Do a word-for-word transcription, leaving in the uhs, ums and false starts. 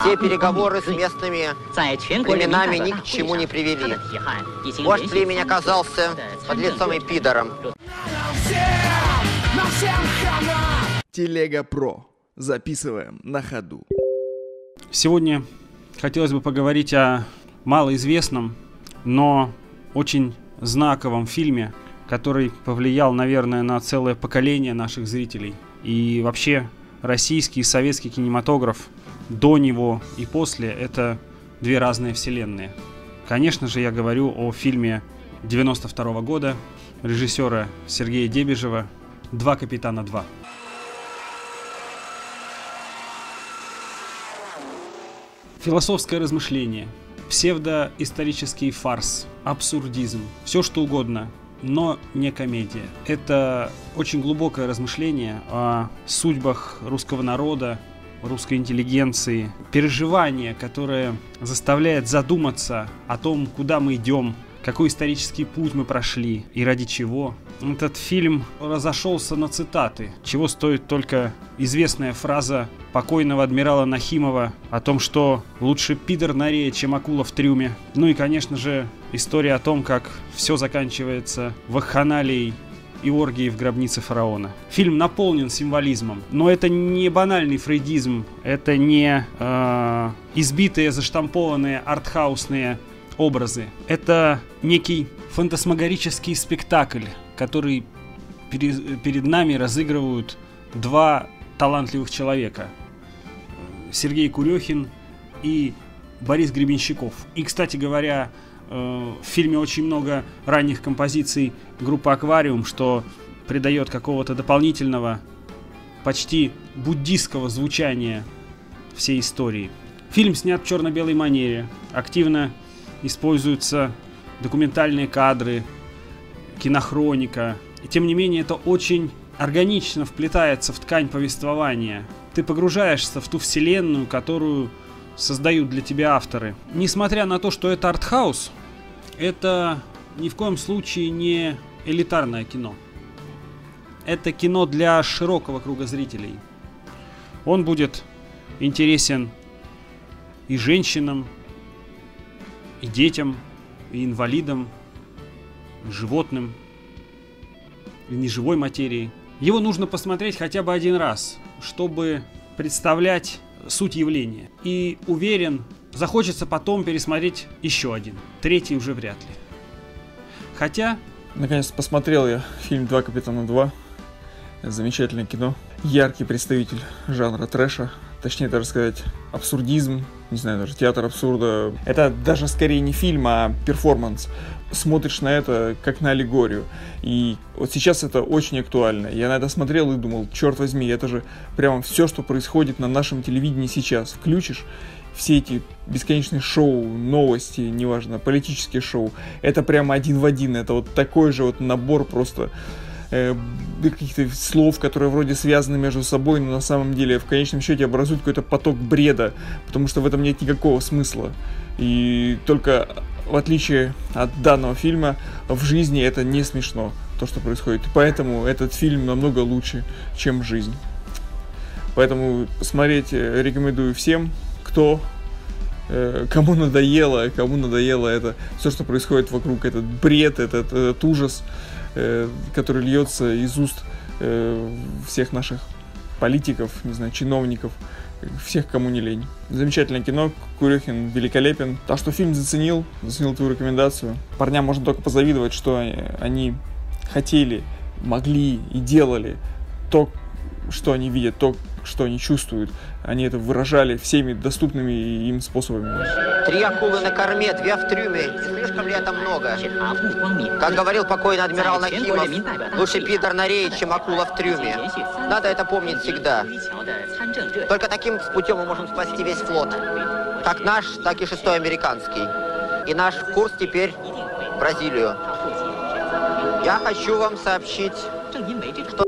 Все переговоры с местными племенами ни к чему не привели. Вождь племени оказался подлецом и пидором. Телега Про. Записываем на ходу. Сегодня хотелось бы поговорить о малоизвестном, но очень знаковом фильме, который повлиял, наверное, на целое поколение наших зрителей. И вообще российский и советский кинематограф до него и после — это две разные вселенные. Конечно же, я говорю о фильме девяносто второго года режиссера Сергея Дебежева «Два капитана два». Философское размышление, псевдоисторический фарс, абсурдизм, все что угодно, но не комедия. Это очень глубокое размышление о судьбах русского народа, русской интеллигенции, переживание, которое заставляет задуматься о том, куда мы идем, какой исторический путь мы прошли и ради чего. Этот фильм разошелся на цитаты, чего стоит только известная фраза покойного адмирала Нахимова о том, что лучше пидор на рее, чем акула в трюме. Ну и, конечно же, история о том, как все заканчивается вакханалией и оргией в гробнице фараона. Фильм наполнен символизмом, но это не банальный фрейдизм, это не э, избитые, заштампованные артхаусные образы. Это некий фантасмагорический спектакль, который перед, перед нами разыгрывают два талантливых человека: Сергей Курехин и Борис Гребенщиков. И, кстати говоря, в фильме очень много ранних композиций группы «Аквариум», что придает какого-то дополнительного, почти буддистского звучания всей истории. Фильм снят в черно-белой манере. Активно используются документальные кадры, кинохроника. И тем не менее, это очень органично вплетается в ткань повествования. Ты погружаешься в ту вселенную, которую создают для тебя авторы. Несмотря на то, что это артхаус, это ни в коем случае не элитарное кино. Это кино для широкого круга зрителей. Он будет интересен и женщинам, и детям, и инвалидам, и животным, и неживой материи. Его нужно посмотреть хотя бы один раз, чтобы представлять суть явления. И уверен, захочется потом пересмотреть еще один. Третий уже вряд ли. Хотя... Наконец посмотрел я фильм «Два капитана два». Замечательное кино. Яркий представитель жанра трэша. Точнее даже сказать, абсурдизм. Не знаю, даже театр абсурда. Это даже скорее не фильм, а перформанс. Смотришь на это как на аллегорию. И вот сейчас это очень актуально. Я на это смотрел и думал, черт возьми, это же прямо все, что происходит на нашем телевидении сейчас. Включишь все эти бесконечные шоу, новости, неважно, политические шоу. Это прямо один в один. Это вот такой же вот набор просто э, каких-то слов, которые вроде связаны между собой, но на самом деле в конечном счете образуют какой-то поток бреда, потому что в этом нет никакого смысла. И только в отличие от данного фильма, в жизни это не смешно, то, что происходит. И поэтому этот фильм намного лучше, чем жизнь. Поэтому смотреть рекомендую всем, кто, э, кому надоело, кому надоело это все, что происходит вокруг, этот бред, этот, этот ужас, э, который льется из уст э, всех наших политиков, не знаю, чиновников, всех, кому не лень. Замечательное кино, Курехин великолепен. Так что фильм заценил, заценил твою рекомендацию. Парням можно только позавидовать, что они хотели, могли и делали то, что они видят, то, что они чувствуют. Они это выражали всеми доступными им способами. Три акулы на корме, две в трюме. Не слишком ли это много? Как говорил покойный адмирал Нахимов, лучше пидор на рее, чем акула в трюме. Надо это помнить всегда. Только таким путем мы можем спасти весь флот. Как наш, так и шестой американский. И наш курс теперь в Бразилию. Я хочу вам сообщить, что